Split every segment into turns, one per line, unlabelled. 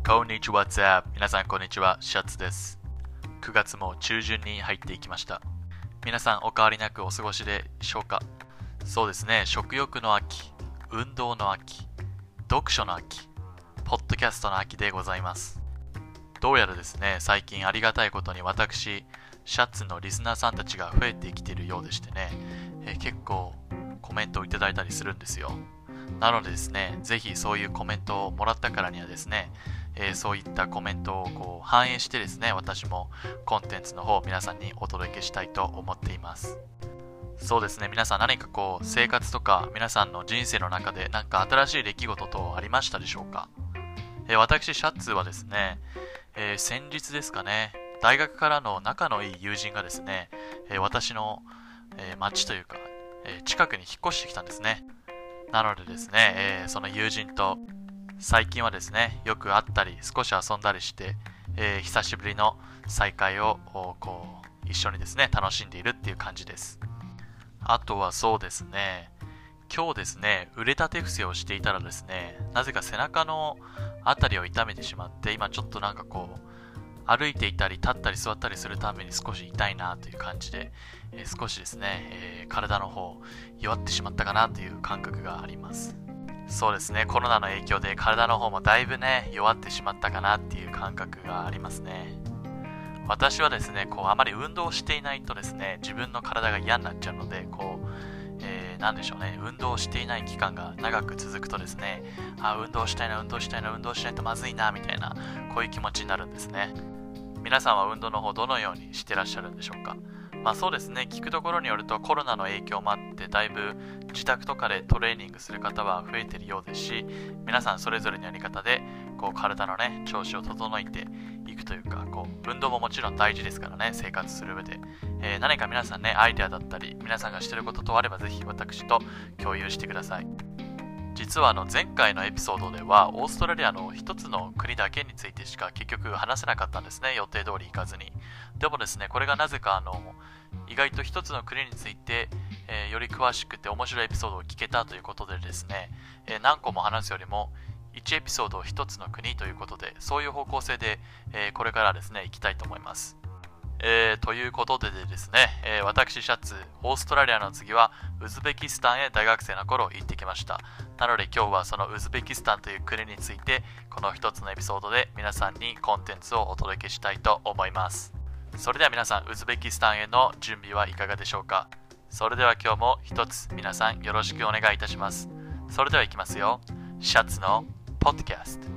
こんにちは、What's up? 皆さんこんにちは、シャツです。9月も中旬に入っていきました。皆さんお変わりなくお過ごしでしょうか？そうですね、食欲の秋、運動の秋、読書の秋、ポッドキャストの秋でございます。どうやらですね、最近ありがたいことに私、シャツのリスナーさんたちが増えてきているようでしてね、結構コメントをいただいたりするんですよ。なのでですね、ぜひそういうコメントをもらったからにはですね、そういったコメントを反映してですね、私もコンテンツの方を皆さんにお届けしたいと思っています。そうですね、皆さん何か生活とか皆さんの人生の中で何か新しい出来事とありましたでしょうか？私、シャッツはですね、先日ですかね、大学からの仲のいい友人がですね、私の、町というか、近くに引っ越してきたんですね。なのでですね、その友人と最近はですね、よく会ったり少し遊んだりして、久しぶりの再会を一緒にですね、楽しんでいるっていう感じです。あとはそうですね、今日ですね、腕立て伏せをしていたらですね、なぜか背中のあたりを痛めてしまって、今ちょっと歩いていたり立ったり座ったりするために少し痛いなという感じで、少しですね、体の方弱ってしまったかなという感覚があります。そうですね、コロナの影響で体の方もだいぶね弱ってしまったかなっていう感覚がありますね。私はですね、あまり運動していないとですね、自分の体が嫌になっちゃうので、なんでしょうね、運動していない期間が長く続くとですね、運動したいな、運動しないとまずいなみたいな、こういう気持ちになるんですね。皆さんは運動の方どのようにしてらっしゃるんでしょうか？そうですね、聞くところによるとコロナの影響もあってだいぶ自宅とかでトレーニングする方は増えているようですし、皆さんそれぞれのやり方で体のね調子を整えていくというか、運動ももちろん大事ですからね、生活する上で、何か皆さんねアイデアだったり皆さんがしていることとあればぜひ私と共有してください。実は前回のエピソードではオーストラリアの一つの国だけについてしか結局話せなかったんですね、予定通り行かずに。でもですね、これがなぜか意外と一つの国について、より詳しくて面白いエピソードを聞けたということでですね、何個も話すよりも1エピソードを一つの国ということで、そういう方向性で、これからですね行きたいと思います。ということでですね、私シャツ、オーストラリアの次はウズベキスタンへ大学生の頃行ってきました。なので今日はそのウズベキスタンという国についてこの一つのエピソードで皆さんにコンテンツをお届けしたいと思います。それでは皆さん、ウズベキスタンへの準備はいかがでしょうか？それでは今日も一つ皆さんよろしくお願いいたします。それではいきますよ。シャツのポッドキャスト。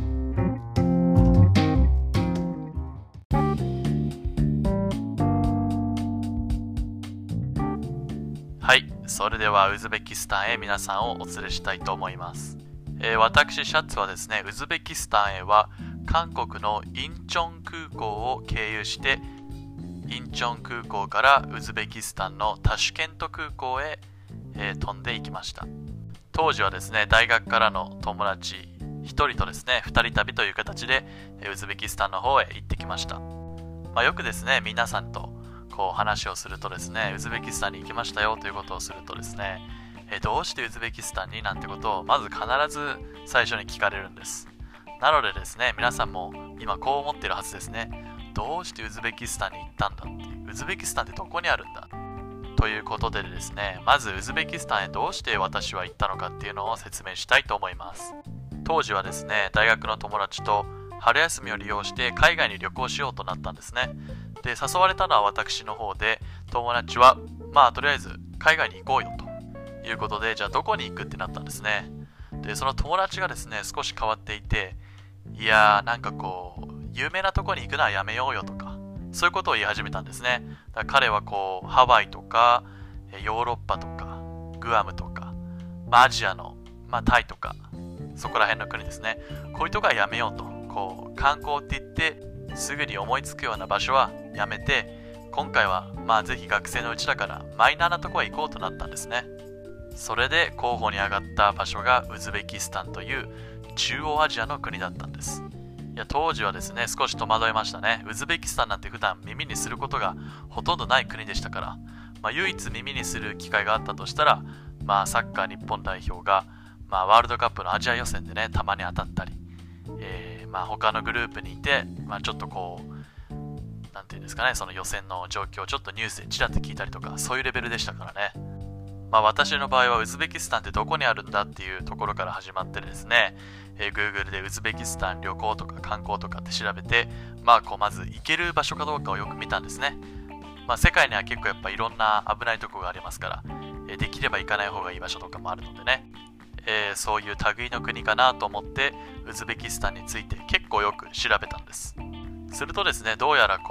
はい、それではウズベキスタンへ皆さんをお連れしたいと思います。私シャツはですね、ウズベキスタンへは韓国のインチョン空港を経由してインチョン空港からウズベキスタンのタシュケント空港へ、飛んでいきました。当時はですね、大学からの友達1人とですね2人旅という形でウズベキスタンの方へ行ってきました。よくですね、皆さんと話をするとですね、ウズベキスタンに行きましたよということをするとですね、どうしてウズベキスタンになんてことをまず必ず最初に聞かれるんです。なのでですね、皆さんも今こう思っているはずですね。どうしてウズベキスタンに行ったんだっていう、ウズベキスタンってどこにあるんだということでですね、まずウズベキスタンへどうして私は行ったのかっていうのを説明したいと思います。当時はですね、大学の友達と春休みを利用して海外に旅行しようとなったんですね。で、誘われたのは私の方で、友達はとりあえず海外に行こうよということで、じゃあどこに行くってなったんですね。で、その友達がですね少し変わっていて、いやー有名なとこに行くのはやめようよとか、そういうことを言い始めたんですね。だから彼はハワイとかヨーロッパとかグアムとか、アジアの、タイとかそこら辺の国ですね、こういうとこはやめようと、観光って言ってすぐに思いつくような場所はやめて、今回はぜひ学生のうちだからマイナーなとこは行こうとなったんですね。それで候補に上がった場所がウズベキスタンという中央アジアの国だったんです。いや、当時はですね少し戸惑いましたね。ウズベキスタンなんて普段耳にすることがほとんどない国でしたから、唯一耳にする機会があったとしたら、サッカー日本代表が、ワールドカップのアジア予選でねたまに当たったり、 他のグループにいて、ちょっとなんていうんですかね、その予選の状況をちょっとニュースでちらっと聞いたりとか、そういうレベルでしたからね。私の場合はウズベキスタンってどこにあるんだっていうところから始まってですね、Google でウズベキスタン旅行とか観光とかって調べて、まず行ける場所かどうかをよく見たんですね。世界には結構やっぱいろんな危ないとこがありますから、できれば行かない方がいい場所とかもあるのでね、そういう類の国かなと思ってウズベキスタンについて結構よく調べたんです。するとですね、どうやら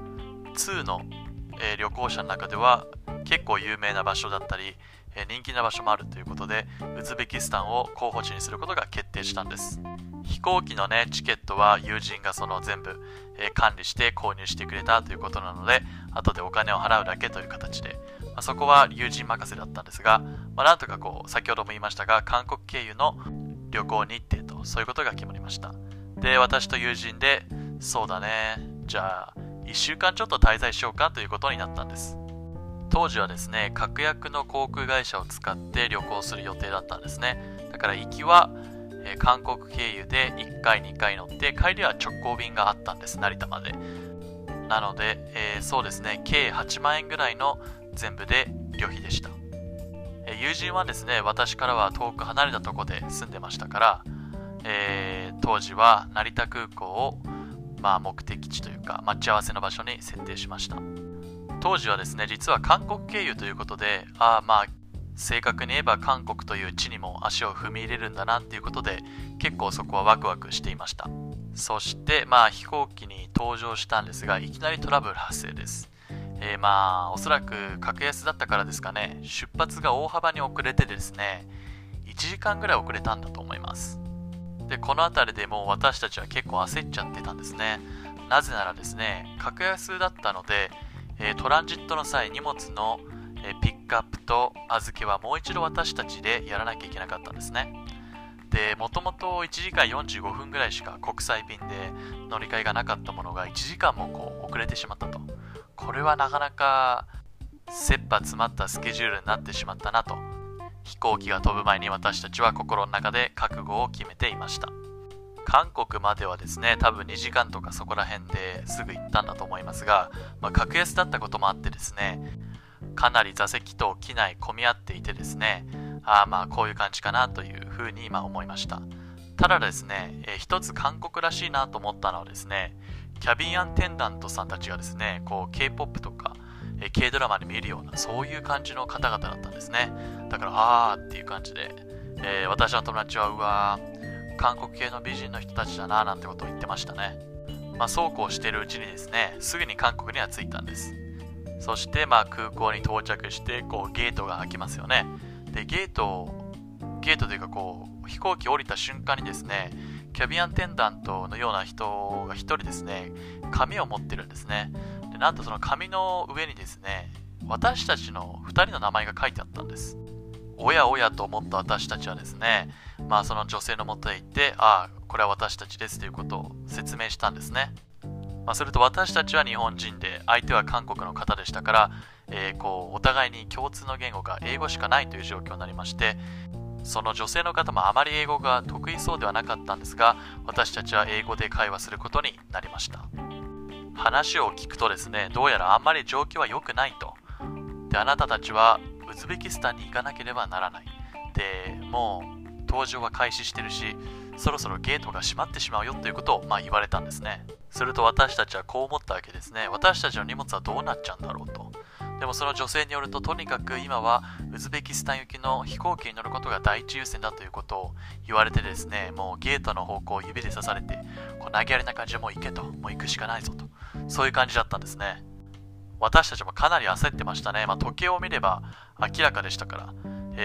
2の、旅行者の中では結構有名な場所だったり、人気な場所もあるということで、ウズベキスタンを候補地にすることが決定したんです。飛行機のね、チケットは友人が全部、管理して購入してくれたということなので、後でお金を払うだけという形で、そこは友人任せだったんですが、なんとか先ほども言いましたが、韓国経由の旅行日程と、そういうことが決まりました。で、私と友人で、そうだね、じゃあ1週間ちょっと滞在しようかということになったんです。当時はですね、格安の航空会社を使って旅行する予定だったんですね。だから行きは、韓国経由で1回2回乗って、帰りは直行便があったんです、成田まで。なので、そうですね、計8万円ぐらいの全部で旅費でした。友人はですね、私からは遠く離れたところで住んでましたから、当時は成田空港を、目的地というか待ち合わせの場所に設定しました。当時はですね、実は韓国経由ということで、正確に言えば韓国という地にも足を踏み入れるんだなっていうことで、結構そこはワクワクしていました。そして飛行機に搭乗したんですが、いきなりトラブル発生です。おそらく格安だったからですかね、出発が大幅に遅れてですね、1時間ぐらい遅れたんだと思います。で、この辺りでもう私たちは結構焦っちゃってたんですね。なぜならですね、格安だったので、トランジットの際、荷物のピックアップと預けはもう一度私たちでやらなきゃいけなかったんですね。で、もともと1時間45分ぐらいしか国際便で乗り換えがなかったものが1時間も遅れてしまったと。これはなかなか切羽詰まったスケジュールになってしまったなと、飛行機が飛ぶ前に私たちは心の中で覚悟を決めていました。韓国まではですね、多分2時間とかそこら辺ですぐ行ったんだと思いますが、格安だったこともあってですね、かなり座席と機内混み合っていてですね、こういう感じかなというふうに今思いました。ただですね、一つ韓国らしいなと思ったのはですね、キャビンアテンダントさんたちがですね、K-POP とか、K ドラマで見るようなそういう感じの方々だったんですね。だからっていう感じで、私の友達はうわー、韓国系の美人の人たちだななんてことを言ってましたね。そうこうしているうちにですね、すぐに韓国には着いたんです。そして空港に到着してゲートが開きますよね。で、ゲートというか飛行機降りた瞬間にですね、キャビンアテンダントのような人が一人ですね、紙を持ってるんですね。で、なんとその紙の上にですね、私たちの2人の名前が書いてあったんです。おやおやと思った私たちはですね、その女性の元へ行って、これは私たちですということを説明したんですね。すると私たちは日本人で、相手は韓国の方でしたから、お互いに共通の言語が英語しかないという状況になりまして、その女性の方もあまり英語が得意そうではなかったんですが、私たちは英語で会話することになりました。話を聞くとですね、どうやらあんまり状況は良くないと。で、あなたたちはウズベキスタンに行かなければならない。で、もう搭乗は開始してるし、そろそろゲートが閉まってしまうよということを言われたんですね。すると私たちはこう思ったわけですね。私たちの荷物はどうなっちゃうんだろうと。でもその女性によると、とにかく今はウズベキスタン行きの飛行機に乗ることが第一優先だということを言われてですね、もうゲートの方向を指で指されて、投げやりな感じでもう行けと、もう行くしかないぞと、そういう感じだったんですね。私たちもかなり焦ってましたね。時計を見れば明らかでしたから、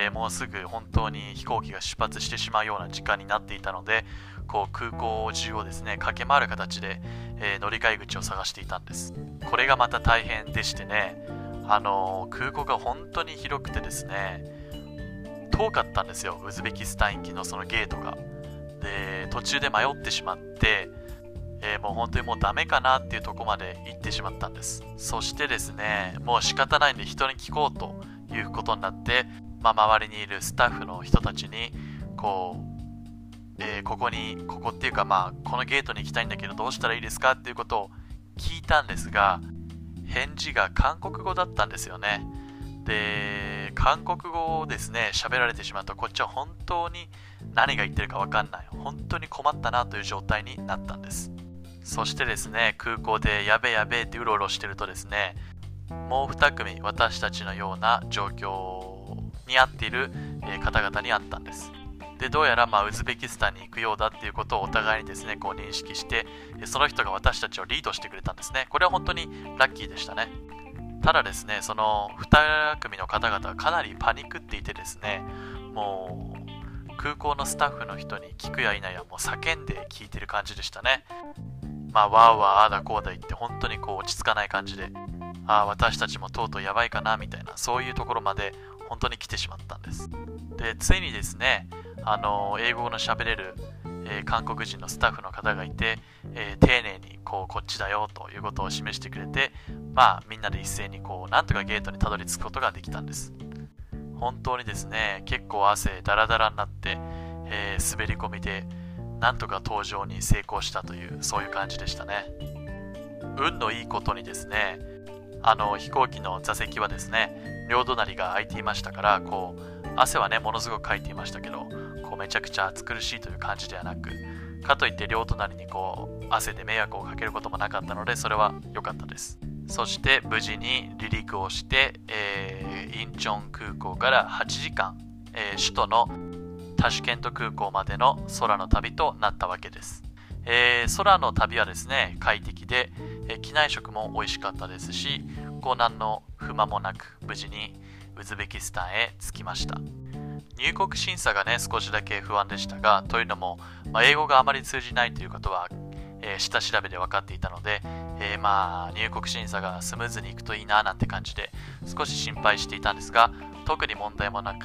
もうすぐ本当に飛行機が出発してしまうような時間になっていたので、空港中をですね、駆け回る形で、乗り換え口を探していたんです。これがまた大変でしてね、空港が本当に広くてですね、遠かったんですよ、ウズベキスタン行きのそのゲートが。で、途中で迷ってしまって、もう本当にもうダメかなっていうところまで行ってしまったんです。そしてですね、もう仕方ないんで人に聞こうということになって、周りにいるスタッフの人たちにここっていうかこのゲートに行きたいんだけどどうしたらいいですかっていうことを聞いたんですが、返事が韓国語だったんですよね。で、韓国語をですね喋られてしまうと、こっちは本当に何が言ってるか分かんない、本当に困ったなという状態になったんです。そしてですね、空港でやべえってうろうろしてるとですね、もう2組私たちのような状況に遭っている方々に会ったんです。で、どうやらウズベキスタンに行くようだっていうことをお互いにですねこう認識して、その人が私たちをリードしてくれたんですね。これは本当にラッキーでしたね。ただですね、その2組の方々はかなりパニックっていてですね、もう空港のスタッフの人に聞くや否やもう叫んで聞いてる感じでしたね。わーわーあーだこうだ言って本当にこう落ち着かない感じで、私たちもとうとうやばいかなみたいな、そういうところまで本当に来てしまったんです。で、ついにですね、英語の喋れる、韓国人のスタッフの方がいて、丁寧にこっちだよということを示してくれて、みんなで一斉になんとかゲートにたどり着くことができたんです。本当にですね、結構汗ダラダラになって、滑り込みでなんとか搭乗に成功したという、そういう感じでしたね。運のいいことにですね、飛行機の座席はですね両隣が空いていましたから、汗はねものすごくかいていましたけど、めちゃくちゃ暑苦しいという感じではなく、かといって両隣に汗で迷惑をかけることもなかったので、それは良かったです。そして無事に離陸をして、インチョン空港から8時間、首都のタシュケント空港までの空の旅となったわけです。空の旅はですね快適で、機内食も美味しかったですし、何の不満もなく無事にウズベキスタンへ着きました。入国審査がね少しだけ不安でしたが、というのも、英語があまり通じないということは、下調べで分かっていたので、入国審査がスムーズにいくといいななんて感じで少し心配していたんですが、特に問題もなく、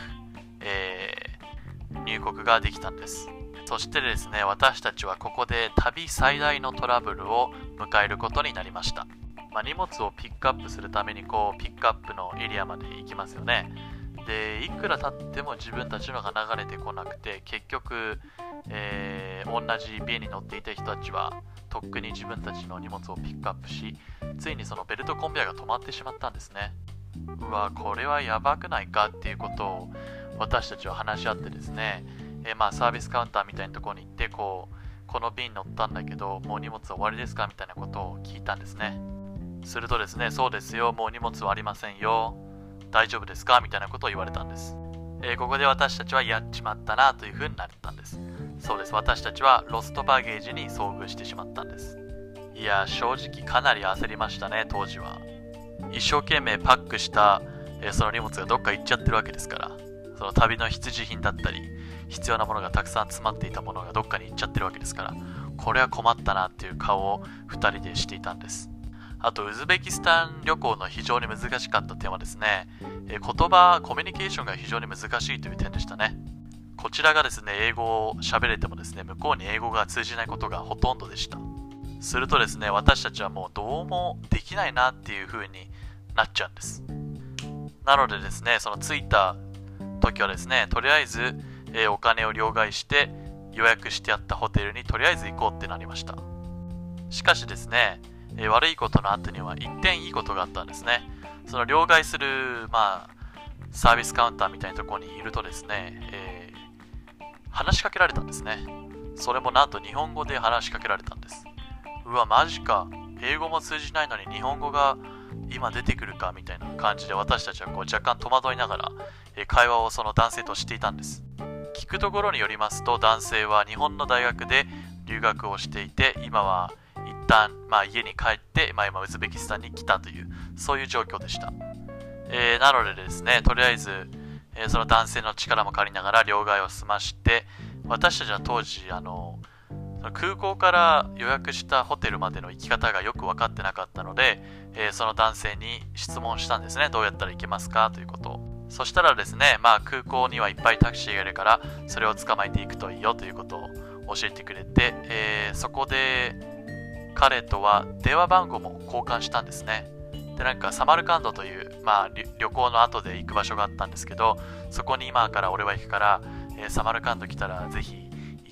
入国ができたんです。そしてですね、私たちはここで旅最大のトラブルを迎えることになりました。荷物をピックアップするためにピックアップのエリアまで行きますよね。で、いくら経っても自分たちのが流れてこなくて、結局、同じ便に乗っていた人たちはとっくに自分たちの荷物をピックアップし、ついにそのベルトコンベヤーが止まってしまったんですね。うわ、これはやばくないかっていうことを私たちは話し合ってですね、サービスカウンターみたいなところに行って、この便乗ったんだけどもう荷物終わりですかみたいなことを聞いたんですね。するとですね、そうですよ、もう荷物はありませんよ、大丈夫ですかみたいなことを言われたんです。ここで私たちはやっちまったなというふうになったんです。そうです、私たちはロストバゲージに遭遇してしまったんです。いや、正直かなり焦りましたね。当時は一生懸命パックした、その荷物がどっか行っちゃってるわけですから、その旅の必需品だったり必要なものがたくさん詰まっていたものがどっかに行っちゃってるわけですから、これは困ったなっていう顔を2人でしていたんです。あと、ウズベキスタン旅行の非常に難しかった点はですね、言葉コミュニケーションが非常に難しいという点でしたね。こちらがですね英語を喋れてもですね、向こうに英語が通じないことがほとんどでした。するとですね、私たちはもうどうもできないなっていう風になっちゃうんです。なのでですね、その着いた時はですね、とりあえず、お金を両替して予約してあったホテルにとりあえず行こうってなりました。しかしですね、悪いことの後には一点いいことがあったんですね。その両替する、サービスカウンターみたいなところにいるとですね、話しかけられたんですね。それもなんと日本語で話しかけられたんです。うわ、マジか、英語も通じないのに日本語が今出てくるかみたいな感じで、私たちは若干戸惑いながら、会話をその男性としていたんです。聞くところによりますと、男性は日本の大学で留学をしていて、今は一旦、家に帰って、今ウズベキスタンに来たという、そういう状況でした。なのでですね、とりあえず、その男性の力も借りながら両替を済まして、私たちは当時空港から予約したホテルまでの行き方がよく分かってなかったので、その男性に質問したんですね。どうやったら行けますかということを。そしたらですね、空港にはいっぱいタクシーがいるからそれを捕まえていくといいよということを教えてくれて、そこで彼とは電話番号も交換したんですね。で、サマルカンドという、旅行の後で行く場所があったんですけど、そこに今から俺は行くから、サマルカンド来たらぜひ行っ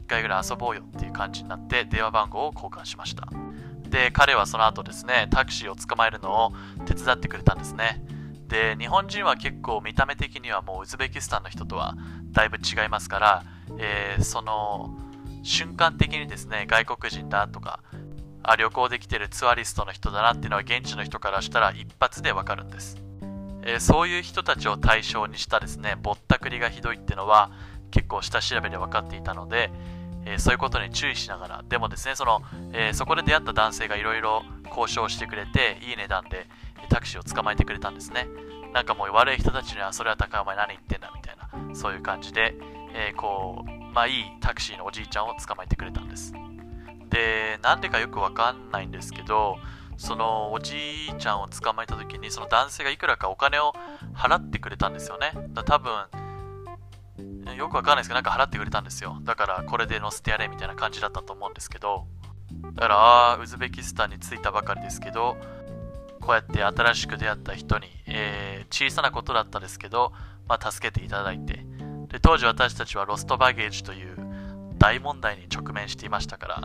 1回ぐらい遊ぼうよっていう感じになって電話番号を交換しました。で、彼はその後ですね、タクシーを捕まえるのを手伝ってくれたんですね。で、日本人は結構見た目的にはもうウズベキスタンの人とはだいぶ違いますから、その瞬間的にですね、外国人だとか、旅行できてるツアリストの人だなっていうのは現地の人からしたら一発でわかるんです。そういう人たちを対象にしたですね、ぼったくりがひどいっていうのは結構下調べで分かっていたので、そういうことに注意しながら、でもですね、そこで出会った男性がいろいろ交渉してくれて、いい値段でタクシーを捕まえてくれたんですね。なんかもう悪い人たちにはそれは高い、お前何言ってんだみたいな、そういう感じで、いいタクシーのおじいちゃんを捕まえてくれたんです。で、なんでかよくわかんないんですけど、そのおじいちゃんを捕まえた時にその男性がいくらかお金を払ってくれたんですよね。多分よくわかんないですけど、なんか払ってくれたんですよ。だからこれで乗せてやれみたいな感じだったと思うんですけど、だからウズベキスタンに着いたばかりですけど、こうやって新しく出会った人に、小さなことだったですけど、助けていただいて、で当時私たちはロストバゲージという大問題に直面していましたから、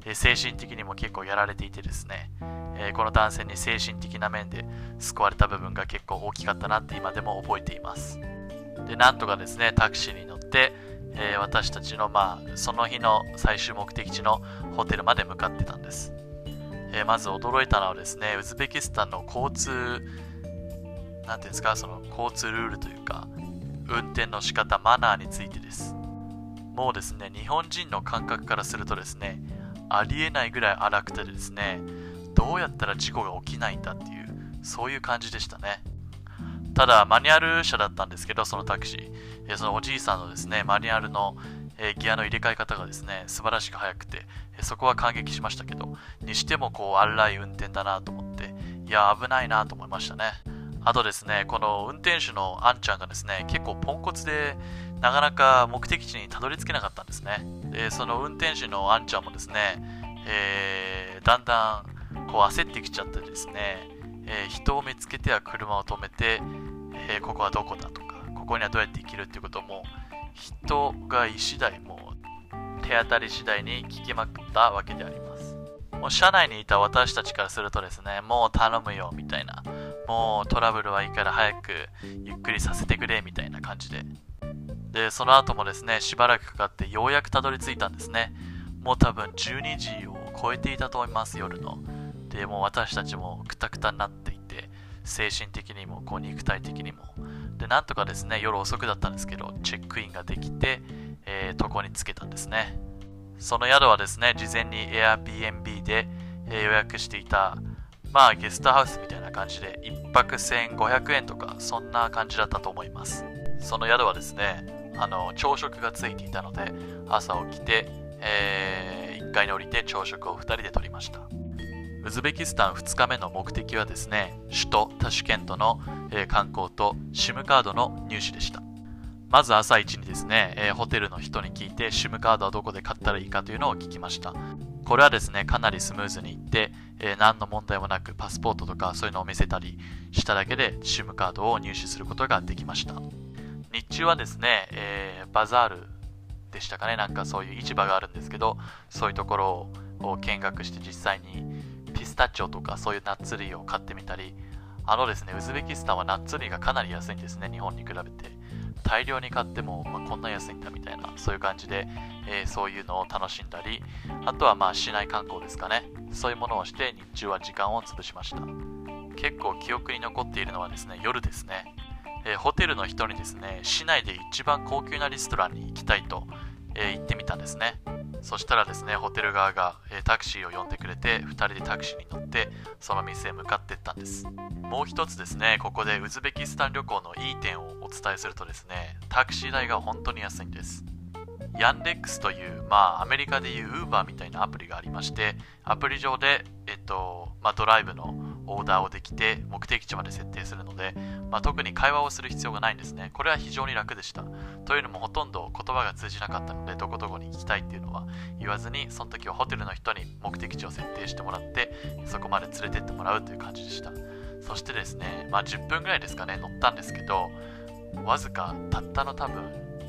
精神的にも結構やられていてですね、この男性に精神的な面で救われた部分が結構大きかったなって今でも覚えています。で、なんとかですね、タクシーに乗って、私たちのその日の最終目的地のホテルまで向かってたんです。まず驚いたのはですね、ウズベキスタンの交通、なんていうんですか、その交通ルールというか、運転の仕方、マナーについてです。もうですね、日本人の感覚からするとですね、ありえないぐらい荒くてですね、どうやったら事故が起きないんだっていう、そういう感じでしたね。ただ、マニュアル車だったんですけど、そのタクシー、そのおじいさんのですね、マニュアルの、ギアの入れ替え方がですね、素晴らしく速くて、そこは感激しましたけど、にしても荒い運転だなと思って、いや、危ないなと思いましたね。あとですね、この運転手のあんちゃんがですね、結構ポンコツで、なかなか目的地にたどり着けなかったんですね。で、その運転手のあんちゃんもですね、だんだん焦ってきちゃってですね、人を見つけては車を止めて、ここはどこだとか、ここにはどうやって行けるっていうことも、人がい次第もう手当たり次第に聞きまくったわけであります。もう車内にいた私たちからするとですね、もう頼むよみたいな、もうトラブルはいいから早くゆっくりさせてくれみたいな感じで、でその後もですね、しばらくかかってようやくたどり着いたんですね。もう多分12時を超えていたと思います、夜の。でもう私たちもクタクタになっていて、精神的にも肉体的にも。でなんとかですね、夜遅くだったんですけどチェックインができて、床につけたんですね。その宿はですね、事前に Airbnb で、予約していたゲストハウスみたいな感じで1泊1500円とかそんな感じだったと思います。その宿はですね、朝食がついていたので、朝起きて、1階に降りて朝食を2人で取りました。ウズベキスタン2日目の目的はですね、首都タシュケントの、観光と SIM カードの入手でした。まず朝一にですね、ホテルの人に聞いて SIM カードはどこで買ったらいいかというのを聞きました。これはですね、かなりスムーズにいって、何の問題もなくパスポートとかそういうのを見せたりしただけで SIM カードを入手することができました。日中はですね、バザールでしたかね、なんかそういう市場があるんですけど、そういうところを見学して実際にピスタチオとかそういうナッツ類を買ってみたり、ですね、ウズベキスタンはナッツ類がかなり安いんですね、日本に比べて。大量に買っても、こんな安いんだみたいな、そういう感じで、そういうのを楽しんだり、あとは市内観光ですかね、そういうものをして日中は時間を潰しました。結構記憶に残っているのはですね、夜ですね。ホテルの人にですね、市内で一番高級なレストランに行きたいと、言ってみたんですね。そしたらですね、ホテル側が、タクシーを呼んでくれて、2人でタクシーに乗ってその店へ向かっていったんです。もう一つですね、ここでウズベキスタン旅行のいい点をお伝えするとですね、タクシー代が本当に安いんです。ヤンデックスという、アメリカでいう Uber みたいなアプリがありまして、アプリ上で、ドライブのオーダーをできて目的地まで設定するので、特に会話をする必要がないんですね。これは非常に楽でした。というのもほとんど言葉が通じなかったので、どこどこに行きたいっていうのは言わずに、その時はホテルの人に目的地を設定してもらってそこまで連れてってもらうという感じでした。そしてですね、10分ぐらいですかね、乗ったんですけど、わずかたったの多分1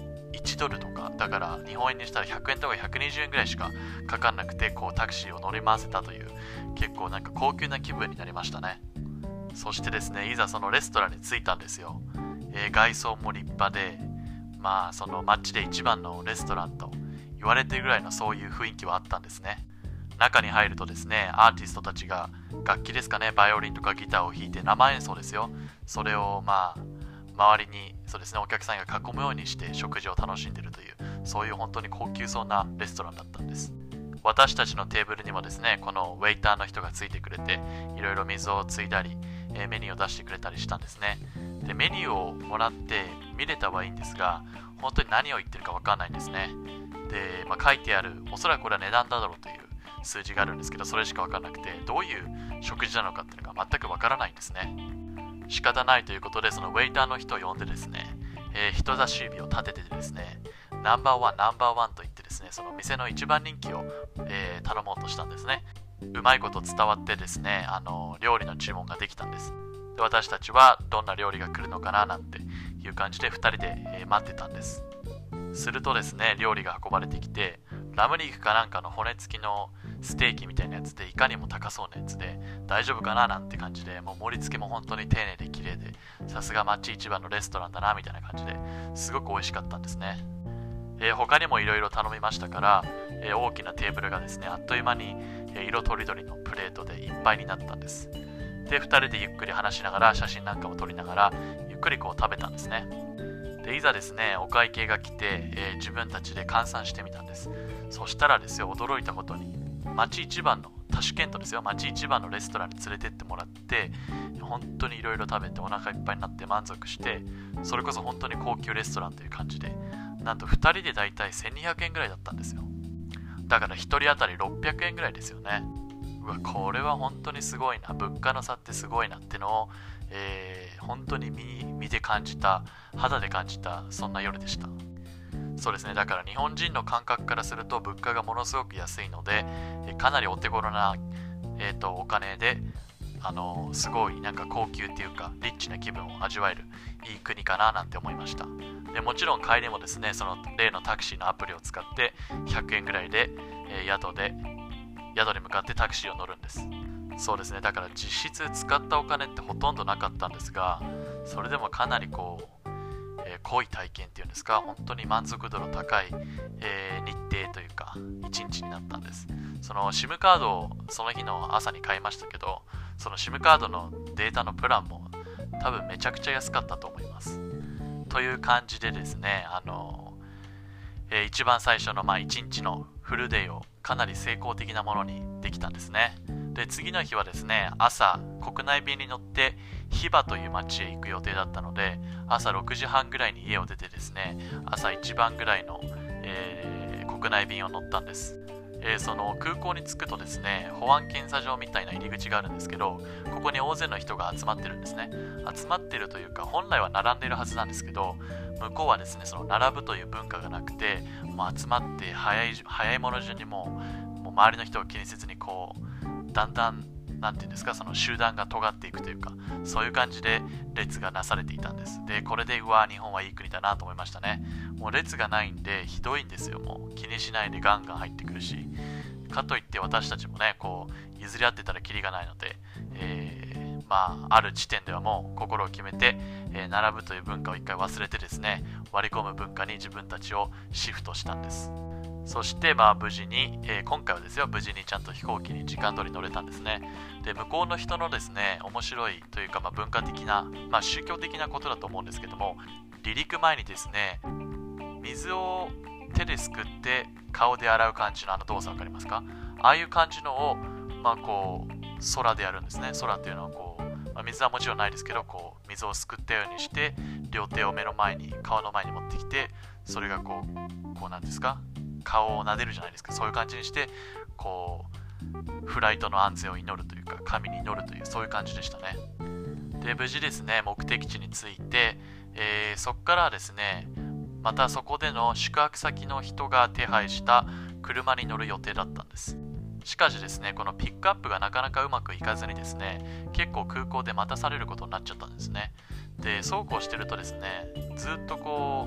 1ドルとか、だから日本円にしたら100円とか120円ぐらいしかかかんなくて、こうタクシーを乗り回せたという、結構なんか高級な気分になりましたね。そしてですね、いざそのレストランに着いたんですよ。外装も立派で、まあその街で一番のレストランと言われてるぐらいのそういう雰囲気はあったんですね。中に入るとですね、アーティストたちが楽器ですかね、バイオリンとかギターを弾いて生演奏ですよ。それを周りにそうですね、お客さんが囲むようにして食事を楽しんでいるという、そういう本当に高級そうなレストランだったんです。私たちのテーブルにもですね、このウェイターの人がついてくれて、いろいろ水をついだり、メニューを出してくれたりしたんですね。で、メニューをもらって見れたはいいんですが、本当に何を言ってるか分かんないんですね。で、書いてある、おそらくこれは値段だろうという数字があるんですけど、それしか分からなくて、どういう食事なのかっていうのが全く分からないんですね。仕方ないということで、そのウェイターの人を呼んでですね、人差し指を立ててですね、ナンバーワンと言ってですね、その店の一番人気を、頼もうとしたんですね。うまいこと伝わってですね、料理の注文ができたんです。で、私たちはどんな料理が来るのかななんていう感じで2人で、待ってたんです。するとですね、料理が運ばれてきて、ラム肉かなんかの骨付きのステーキみたいなやつで、いかにも高そうなやつで大丈夫かななんて感じで、もう盛り付けも本当に丁寧で綺麗で、さすが町一番のレストランだなみたいな感じですごく美味しかったんですね。他にもいろいろ頼みましたから、大きなテーブルがですね、あっという間に、色とりどりのプレートでいっぱいになったんです。で、2人でゆっくり話しながら、写真なんかも撮りながら、ゆっくりこう食べたんですね。で、いざですね、お会計が来て、自分たちで換算してみたんです。そしたらですよ、驚いたことに、町一番のタシュケントですよ、町一番のレストランに連れてってもらって、本当にいろいろ食べてお腹いっぱいになって満足して、それこそ本当に高級レストランという感じで、なんと2人でだいたい1200円ぐらいだったんですよ。だから1人当たり600円ぐらいですよね。うわ、これは本当にすごいな、物価の差ってすごいなってのを、本当に身で感じた、肌で感じた、そんな夜でした。そうですね、だから日本人の感覚からすると物価がものすごく安いので、かなりお手頃な、お金ですごいなんか高級っていうかリッチな気分を味わえるいい国かななんて思いました。で、もちろん帰りもですね、その例のタクシーのアプリを使って100円ぐらいで、宿に向かってタクシーを乗るんです。そうですね、だから実質使ったお金ってほとんどなかったんですが、それでもかなり濃い体験っていうんですか、本当に満足度の高い、日程というか一日になったんです。その SIM カードをその日の朝に買いましたけど、その SIM カードのデータのプランも多分めちゃくちゃ安かったと思います。という感じでですね、一番最初の1日のフルデーをかなり成功的なものにできたんですね。で、次の日はですね、朝国内便に乗ってヒバという町へ行く予定だったので、朝6時半ぐらいに家を出てですね、朝一番ぐらいの、国内便を乗ったんです。その空港に着くとですね、保安検査場みたいな入り口があるんですけど、ここに大勢の人が集まってるんですね。集まってるというか、本来は並んでいるはずなんですけど、向こうはですね、その並ぶという文化がなくて、もう集まって早いもの順にもう周りの人を気にせずにだんだんなんていうんですか、その集団が尖っていくというか、そういう感じで列がなされていたんです。で、これで日本はいい国だなと思いましたね。もう列がないんでひどいんですよ。もう気にしないでガンガン入ってくるし、かといって私たちもね、譲り合ってたらキリがないので、ある地点ではもう心を決めて、並ぶという文化を一回忘れてですね、割り込む文化に自分たちをシフトしたんです。そして無事に、今回はですよ、無事にちゃんと飛行機に時間通り乗れたんですね。で、向こうの人のですね、面白いというか、文化的な、宗教的なことだと思うんですけども、離陸前にですね、水を手ですくって顔で洗う感じの動作わかりますか？ああいう感じのを、空でやるんですね。空っていうのは水はもちろんないですけど、水をすくったようにして両手を顔の前に持ってきて、それがなんですか、顔を撫でるじゃないですか。そういう感じにしてフライトの安全を祈るというか、神に祈るという、そういう感じでしたね。で、無事ですね、目的地に着いて、そこからですね、またそこでの宿泊先の人が手配した車に乗る予定だったんです。しかしですね、このピックアップがなかなかうまくいかずにですね、結構空港で待たされることになっちゃったんですね。で、そうこうしてるとですね、ずっと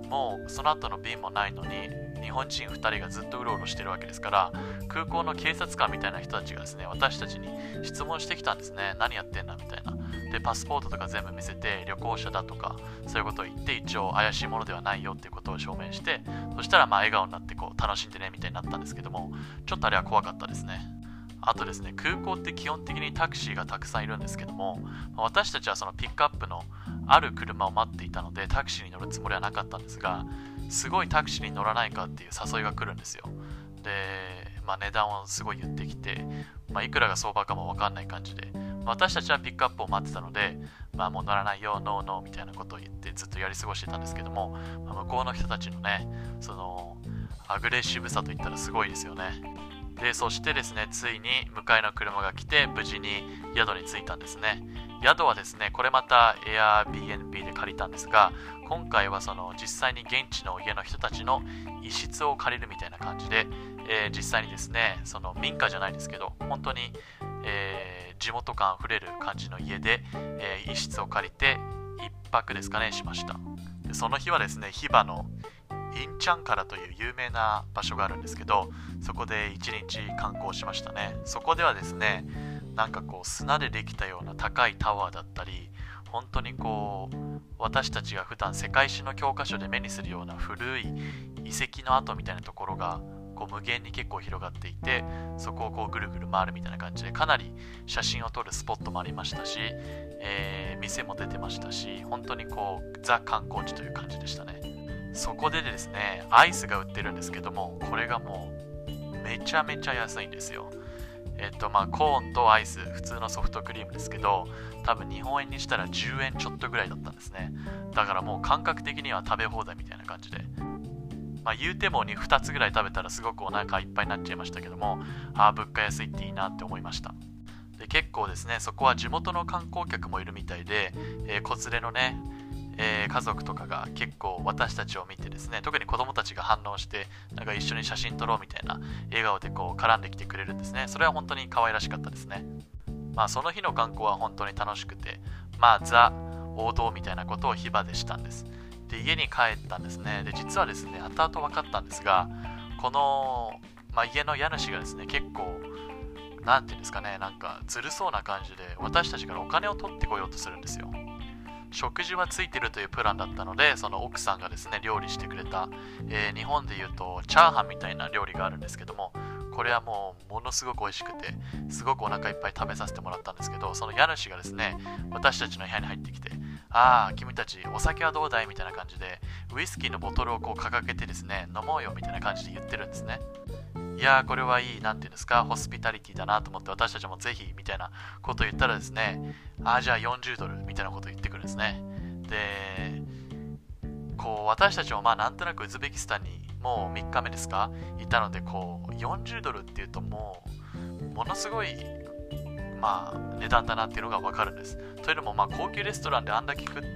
もうその後の便もないのに日本人2人がずっとうろうろしてるわけですから、空港の警察官みたいな人たちがですね、私たちに質問してきたんですね。何やってんだみたいな。でパスポートとか全部見せて、旅行者だとかそういうことを言って、一応怪しいものではないよっていうことを証明して、そしたら笑顔になって楽しんでねみたいになったんですけども、ちょっとあれは怖かったですね。あとですね、空港って基本的にタクシーがたくさんいるんですけども、私たちはそのピックアップのある車を待っていたのでタクシーに乗るつもりはなかったんですが、すごいタクシーに乗らないかっていう誘いが来るんですよ。で、値段をすごい言ってきて、いくらが相場かも分かんない感じで、私たちはピックアップを待ってたので、もう乗らないよ、ノーノーみたいなことを言ってずっとやり過ごしてたんですけども、向こうの人たちのね、そのアグレッシブさといったらすごいですよね。で、そしてですね、ついに迎えの車が来て無事に宿に着いたんですね。宿はですね、これまた Airbnb で借りたんですが、今回はその実際に現地の家の人たちの一室を借りるみたいな感じで、実際にですね、その民家じゃないですけど、本当に、地元感あふれる感じの家で、一室を借りて一泊ですかね、しました。でその日はですね、ヒバのインチャンカラという有名な場所があるんですけど、そこで一日観光しましたね。そこではですね、なんか砂でできたような高いタワーだったり、本当に私たちが普段世界史の教科書で目にするような古い遺跡の跡みたいなところが無限に結構広がっていて、そこをぐるぐる回るみたいな感じで、かなり写真を撮るスポットもありましたし、店も出てましたし、本当にザ観光地という感じでしたね。そこでですね、アイスが売ってるんですけども、これがもうめちゃめちゃ安いんですよ。コーンとアイス、普通のソフトクリームですけど、多分日本円にしたら10円ちょっとぐらいだったんですね。だからもう感覚的には食べ放題みたいな感じで、言うても2つぐらい食べたらすごくお腹いっぱいになっちゃいましたけども、物価安いっていいなって思いました。で、結構ですね、そこは地元の観光客もいるみたいで、子連れのね、家族とかが結構私たちを見てですね、特に子供たちが反応して、なんか一緒に写真撮ろうみたいな笑顔で絡んできてくれるんですね。それは本当に可愛らしかったですね。その日の観光は本当に楽しくて、ザ王道みたいなことをヒバでしたんです。で、家に帰ったんですね。で、実はですね、後々分かったんですが、この、家の家主がですね、結構なんていうんですかね、なんかずるそうな感じで私たちからお金を取ってこようとするんですよ。食事はついてるというプランだったので、その奥さんがですね料理してくれた、日本でいうとチャーハンみたいな料理があるんですけども、これはもうものすごく美味しくて、すごくお腹いっぱい食べさせてもらったんですけど、その家主がですね私たちの部屋に入ってきて、君たちお酒はどうだいみたいな感じでウイスキーのボトルを掲げてですね、飲もうよみたいな感じで言ってるんですね。いやー、これはいい、なんていうんですか、ホスピタリティだなと思って、私たちもぜひみたいなことを言ったらですね、じゃあ40ドルみたいなことを言ってくるんですね。で、私たちもなんとなくウズベキスタンにもう3日目ですかいたので、40ドルっていうとものすごい値段だなっていうのが分かるんです。というのも高級レストランであんだけ食って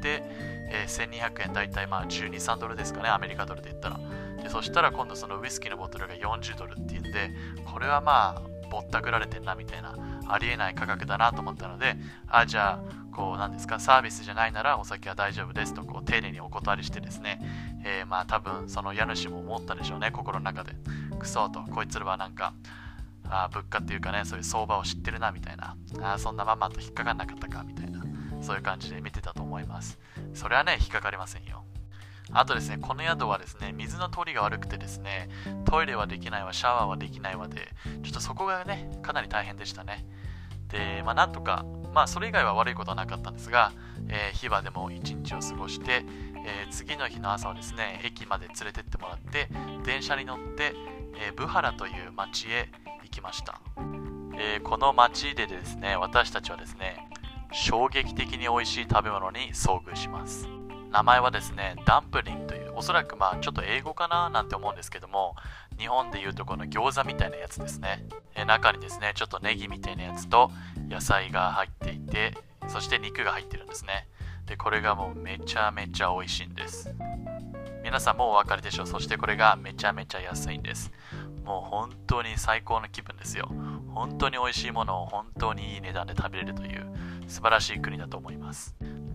、1200円、だいたい12、3ドルですかね、アメリカドルで言ったら。でそしたら今度そのウイスキーのボトルが40ドルっていうんで、これはぼったくられてんなみたいな、ありえない価格だなと思ったので、じゃあ何ですか、サービスじゃないならお酒は大丈夫ですと丁寧にお断りしてですね、多分その家主も思ったでしょうね、心の中で。クソと、こいつらはなんか物価っていうかね、そういう相場を知ってるなみたいな、そんなままと引っかかんなかったかみたいな、そういう感じで見てたと思います。それはね、引っかかりませんよ。あとですね、この宿はですね、水の通りが悪くてですね、トイレはできないわ、シャワーはできないわで、ちょっとそこがね、かなり大変でしたね。で、なんとか、それ以外は悪いことはなかったんですが、ヒバでも一日を過ごして、次の日の朝はですね、駅まで連れてってもらって、電車に乗って、ブハラという町へ行きました。この町でですね、私たちはですね、衝撃的に美味しい食べ物に遭遇します。名前はですね、ダンプリンという、おそらくちょっと英語かななんて思うんですけども、日本でいうとこの餃子みたいなやつですね。中にですね、ちょっとネギみたいなやつと野菜が入っていて、そして肉が入ってるんですね。で、これがもうめちゃめちゃ美味しいんです。皆さんもうお分かりでしょう。そしてこれがめちゃめちゃ安いんです。もう本当に最高の気分ですよ。本当に美味しいものを本当にいい値段で食べれるという素晴らしい国だと思います。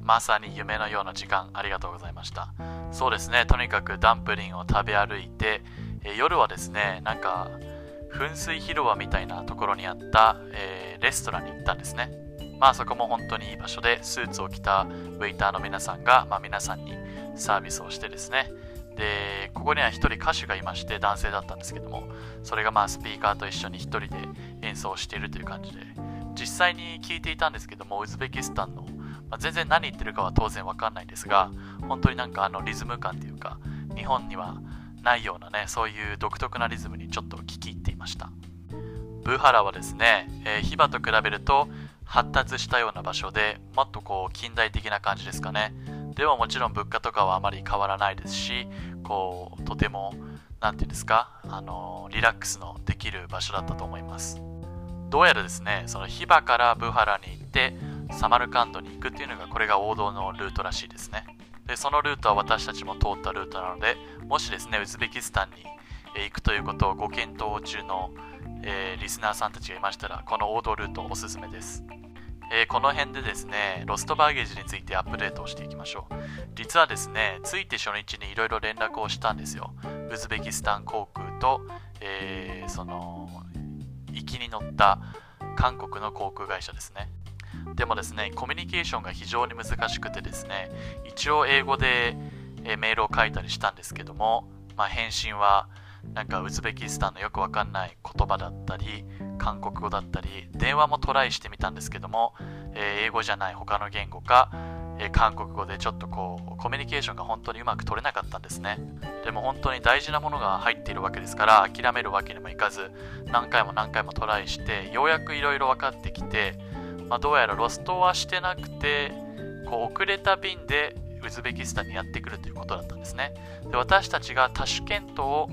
まさに夢のような時間ありがとうございました。そうですね、とにかくダンプリンを食べ歩いて、夜はですね、なんか噴水広場みたいなところにあった、レストランに行ったんですね。そこも本当にいい場所で、スーツを着たウェイターの皆さんが、皆さんにサービスをしてですね、でここには一人歌手がいまして、男性だったんですけども、それがスピーカーと一緒に一人で演奏しているという感じで、実際に聞いていたんですけども、ウズベキスタンの、全然何言ってるかは当然わかんないんですが、本当になんかリズム感というか、日本にはないようなね、そういう独特なリズムにちょっと聞き入っていました。ブハラはですね、ヒバと比べると発達したような場所で、もっと近代的な感じですかね。でももちろん物価とかはあまり変わらないですし、とてもなんていうんですか、リラックスのできる場所だったと思います。どうやらですね、そのヒバからブハラに行ってサマルカンドに行くっていうのが、これが王道のルートらしいですね。でそのルートは私たちも通ったルートなので、もしですねウズベキスタンに行くということをご検討中の、リスナーさんたちがいましたら、この王道ルートおすすめです。この辺でですね、ロストバーゲージについてアップデートをしていきましょう。実はですね、着いて初日にいろいろ連絡をしたんですよ。ウズベキスタン航空と、その行きに乗った韓国の航空会社ですね。でもですね、コミュニケーションが非常に難しくてですね、一応英語でメールを書いたりしたんですけども、返信はなんかウズベキスタンのよくわかんない言葉だったり、韓国語だったり、電話もトライしてみたんですけども、英語じゃない他の言語か、韓国語でちょっとコミュニケーションが本当にうまく取れなかったんですね。でも本当に大事なものが入っているわけですから、諦めるわけにもいかず、何回もトライして、ようやくいろいろ分かってきて、どうやらロストはしてなくて、遅れた便でウズベキスタンにやってくるということだったんですね。で私たちがタシュケント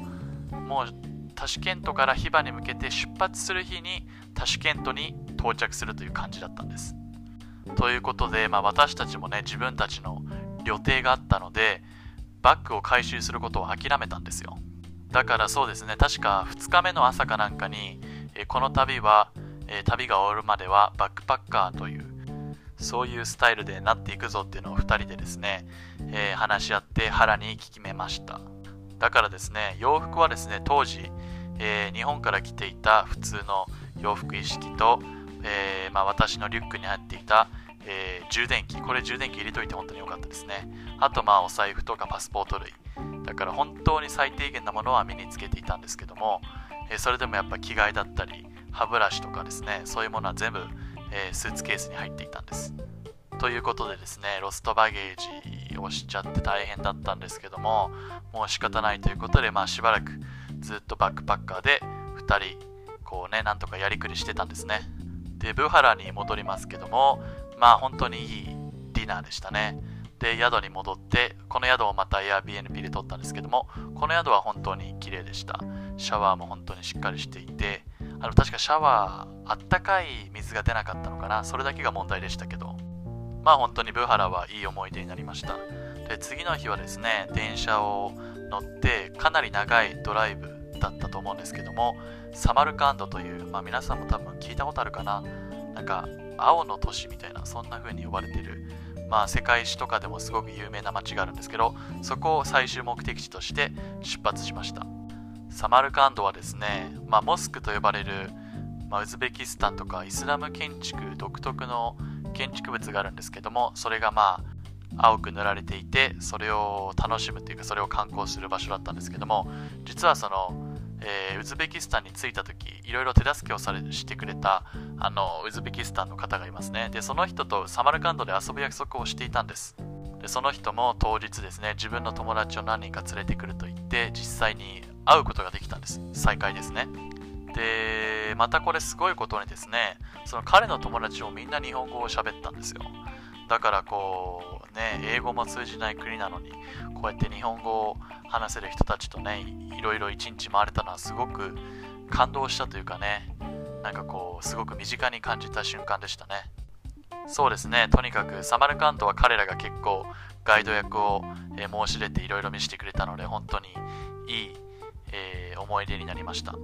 からヒバに向けて出発する日にタシュケントに到着するという感じだったんです。ということで、私たちもね、自分たちの予定があったので、バッグを回収することを諦めたんですよ。だからそうですね、確か2日目の朝かなんかに、この旅が終わるまではバックパッカーというそういうスタイルでなっていくぞっていうのを2人でですね、話し合って腹に決めました。だからですね、洋服はですね、当時、日本から着ていた普通の洋服一式と、私のリュックに入っていた、充電器、これ充電器入れといて本当に良かったですね。あとお財布とかパスポート類、だから本当に最低限なものは身につけていたんですけども、それでもやっぱ着替えだったり歯ブラシとかですね、そういうものは全部、スーツケースに入っていたんです。ということでですね、ロストバゲージをしちゃって大変だったんですけども、もう仕方ないということで、しばらくずっとバックパッカーで2人なんとかやりくりしてたんですね。でブハラに戻りますけども、本当にいいディナーでしたね。で宿に戻って、この宿をまた Airbnb で取ったんですけども、この宿は本当に綺麗でした。シャワーも本当にしっかりしていて、確かシャワーあったかい水が出なかったのかな、それだけが問題でしたけど、本当にブハラはいい思い出になりました。で次の日はですね、電車を乗ってかなり長いドライブだったと思うんですけども、サマルカンドという、皆さんも多分聞いたことあるかな、なんか青の都市みたいな、そんな風に呼ばれている、世界史とかでもすごく有名な街があるんですけど、そこを最終目的地として出発しました。サマルカンドはですね、モスクと呼ばれる、ウズベキスタンとかイスラム建築独特の建築物があるんですけども、それが青く塗られていて、それを楽しむというか、それを観光する場所だったんですけども、実はその、ウズベキスタンに着いた時、いろいろ手助けをしてくれたウズベキスタンの方がいますね。でその人とサマルカンドで遊ぶ約束をしていたんです。でその人も当日ですね、自分の友達を何人か連れてくると言って、実際に会うことができたんです。再会ですね。でまたこれすごいことにですね、その彼の友達もみんな日本語を喋ったんですよ。だから英語も通じない国なのに、こうやって日本語を話せる人たちとね、いろいろ一日回れたのはすごく感動したというかね、すごく身近に感じた瞬間でしたね。そうですね、とにかくサマルカンドは彼らが結構ガイド役を申し出ていろいろ見せてくれたので、本当にいい思い出になりました。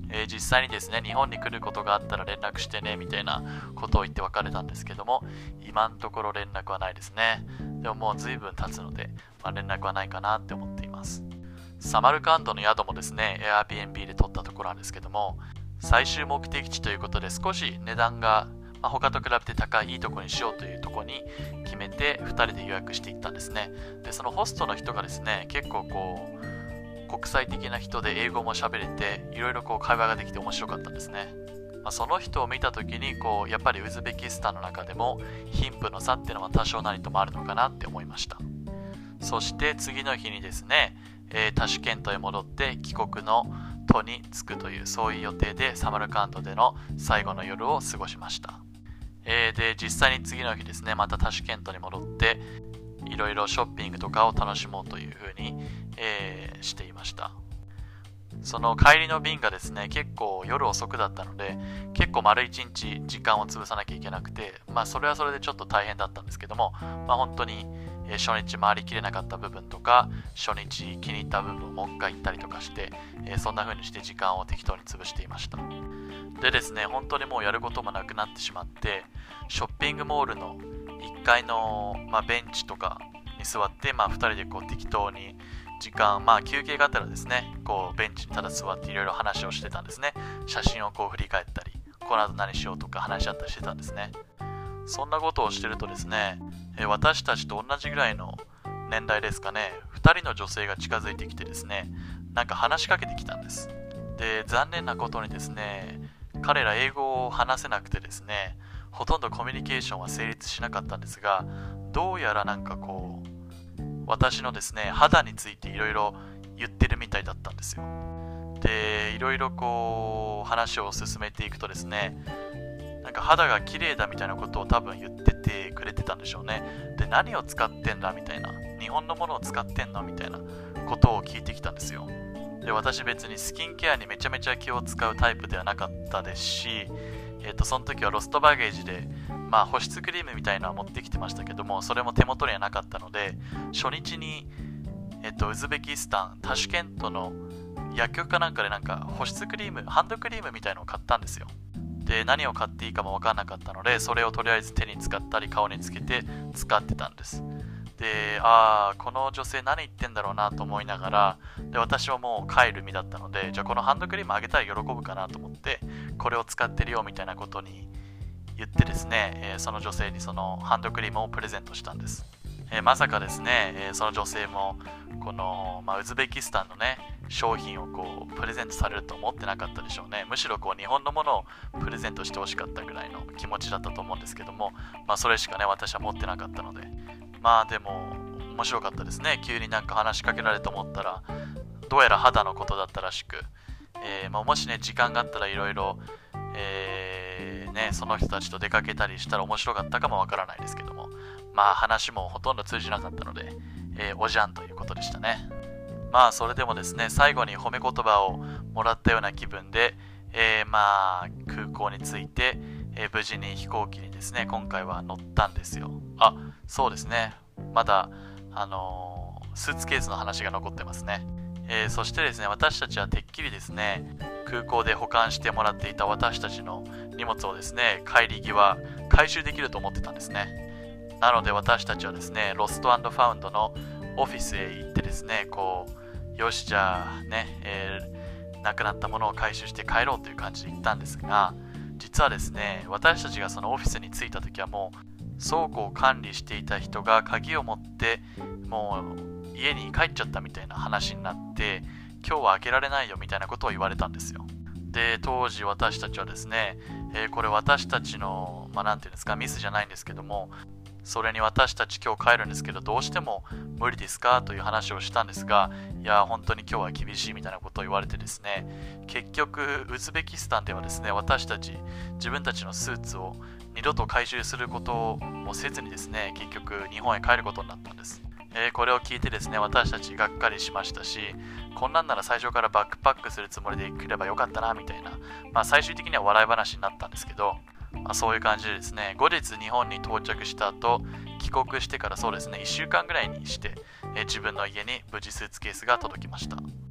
実際にですね、日本に来ることがあったら連絡してねみたいなことを言って別れたんですけども、今のところ連絡はないですね。でももう随分経つので、連絡はないかなって思っています。サマルカンドの宿もですね、Airbnb で取ったところなんですけども、最終目的地ということで少し値段が他と比べて高いいいところにしようというところに決めて2人で予約していったんですね。で、そのホストの人がですね、結構国際的な人で英語も喋れて、いろいろ会話ができて面白かったんですね。その人を見た時にやっぱりウズベキスタンの中でも貧富の差っていうのは多少なりともあるのかなって思いました。そして次の日にですね、タシュケントへ戻って帰国の途に着くという、そういう予定でサマルカンドでの最後の夜を過ごしました。で、実際に次の日ですね、またタシュケントに戻っていろいろショッピングとかを楽しもうというふうに、していました。その帰りの便がですね、結構夜遅くだったので、結構丸一日時間を潰さなきゃいけなくて、それはそれでちょっと大変だったんですけども、本当に初日回りきれなかった部分とか、初日気に入った部分をもう一回行ったりとかして、そんな風にして時間を適当に潰していました。でですね、本当にもうやることもなくなってしまって、ショッピングモールの1階の、ベンチとかに座って、2人で適当に時間、休憩があったらですね、ベンチにただ座っていろいろ話をしてたんですね。写真を振り返ったり、この後何しようとか話し合ったりしてたんですね。そんなことをしてるとですね、私たちと同じぐらいの年代ですかね、2人の女性が近づいてきてですね、なんか話しかけてきたんです。で、残念なことにですね、彼ら英語を話せなくてですね、ほとんどコミュニケーションは成立しなかったんですが、どうやら私のですね、肌についていろいろ言ってるみたいだったんですよ。で、いろいろ話を進めていくとですね、なんか肌が綺麗だみたいなことを多分言っててくれてたんでしょうね。で、何を使ってんだみたいな、日本のものを使ってんのみたいなことを聞いてきたんですよ。で、私別にスキンケアにめちゃめちゃ気を使うタイプではなかったですし、その時はロストバゲージで保湿クリームみたいなのは持ってきてましたけども、それも手元にはなかったので、初日に、ウズベキスタン、タシュケントの薬局かなんかで保湿クリーム、ハンドクリームみたいなのを買ったんですよ。で、何を買っていいかも分からなかったので、それをとりあえず手に使ったり顔につけて使ってたんです。で、この女性何言ってんだろうなと思いながら、で、私はもう帰る身だったので、じゃあこのハンドクリームあげたら喜ぶかなと思って、これを使ってるよみたいなことに言ってですね、その女性にそのハンドクリームをプレゼントしたんです。まさかですね、その女性もこの、ウズベキスタンのね、商品をプレゼントされると思ってなかったでしょうね。むしろ日本のものをプレゼントしてほしかったぐらいの気持ちだったと思うんですけども、それしかね、私は持ってなかったので、でも面白かったですね。急に話しかけられると思ったら、どうやら肌のことだったらしく、もしね、時間があったらいろいろその人たちと出かけたりしたら面白かったかもわからないですけども、話もほとんど通じなかったので、おじゃんということでしたね。それでもですね、最後に褒め言葉をもらったような気分で、空港に着いて、無事に飛行機にですね、今回は乗ったんですよ。そうですね、まだスーツケースの話が残ってますね。そしてですね、私たちはてっきりですね、空港で保管してもらっていた私たちの荷物をですね、帰り際回収できると思ってたんですね。なので私たちはですね、ロスト&ファウンドのオフィスへ行ってですね、よしじゃあね、なくなったものを回収して帰ろうという感じで行ったんですが、実はですね、私たちがそのオフィスに着いた時はもう倉庫を管理していた人が鍵を持ってもう家に帰っちゃったみたいな話になって、今日は開けられないよみたいなことを言われたんですよ。で、当時私たちはですね、これ私たちのなんていうんですか、ミスじゃないんですけども、それに私たち今日帰るんですけどどうしても無理ですかという話をしたんですが、いや本当に今日は厳しいみたいなことを言われてですね、結局ウズベキスタンではですね、私たち自分たちのスーツを二度と回収することをせずにですね、結局日本へ帰ることになったんです。これを聞いてですね、私たちがっかりしましたし、こんなんなら最初からバックパックするつもりで来ればよかったなみたいな、最終的には笑い話になったんですけど、そういう感じでですね、後日日本に到着した後、帰国してからそうですね、1週間ぐらいにして、自分の家に無事スーツケースが届きました。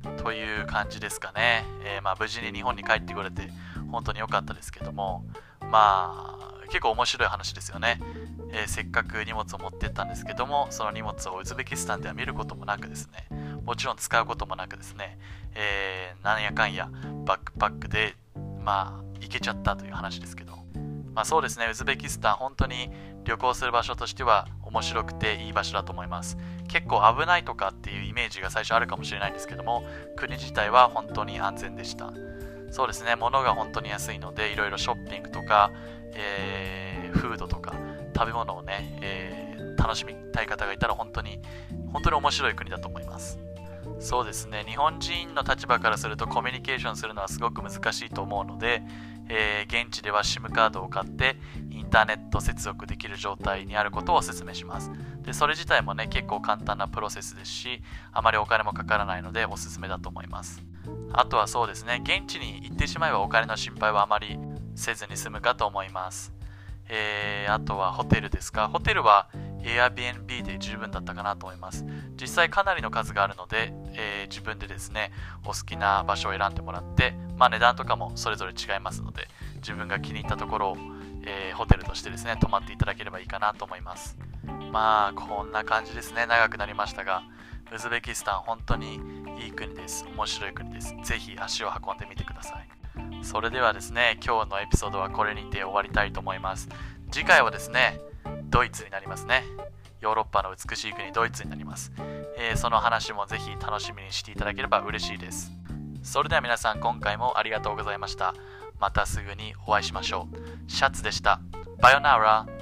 という感じですかね。無事に日本に帰ってこれて本当に良かったですけども、結構面白い話ですよね。せっかく荷物を持ってったんですけども、その荷物をウズベキスタンでは見ることもなくですね、もちろん使うこともなくですね、なんやかんやバックパックで行けちゃったという話ですけど、そうですね、ウズベキスタン本当に旅行する場所としては面白くていい場所だと思います。結構危ないとかっていうイメージが最初あるかもしれないんですけども、国自体は本当に安全でした。そうですね、物が本当に安いので、いろいろショッピングとか、フードとか食べ物をね、楽しみたい方がいたら本当に面白い国だと思います。そうですね、日本人の立場からするとコミュニケーションするのはすごく難しいと思うので、現地では SIM カードを買ってインターネット接続できる状態にあることをお勧めします。で、それ自体もね、結構簡単なプロセスですし、あまりお金もかからないのでおすすめだと思います。あとはそうですね、現地に行ってしまえばお金の心配はあまりせずに済むかと思います。あとはホテルですか。ホテルは Airbnb で十分だったかなと思います。実際かなりの数があるので、自分でですね、お好きな場所を選んでもらって、値段とかもそれぞれ違いますので、自分が気に入ったところを、ホテルとしてですね、泊まっていただければいいかなと思います。こんな感じですね。長くなりましたが、ウズベキスタン本当にいい国です。面白い国です。ぜひ足を運んでみてください。それではですね、今日のエピソードはこれにて終わりたいと思います。次回はですね、ドイツになりますね。ヨーロッパの美しい国ドイツになります。その話もぜひ楽しみにしていただければ嬉しいです。それでは皆さん、今回もありがとうございました。またすぐにお会いしましょう。シャツでした。バイオナーラ。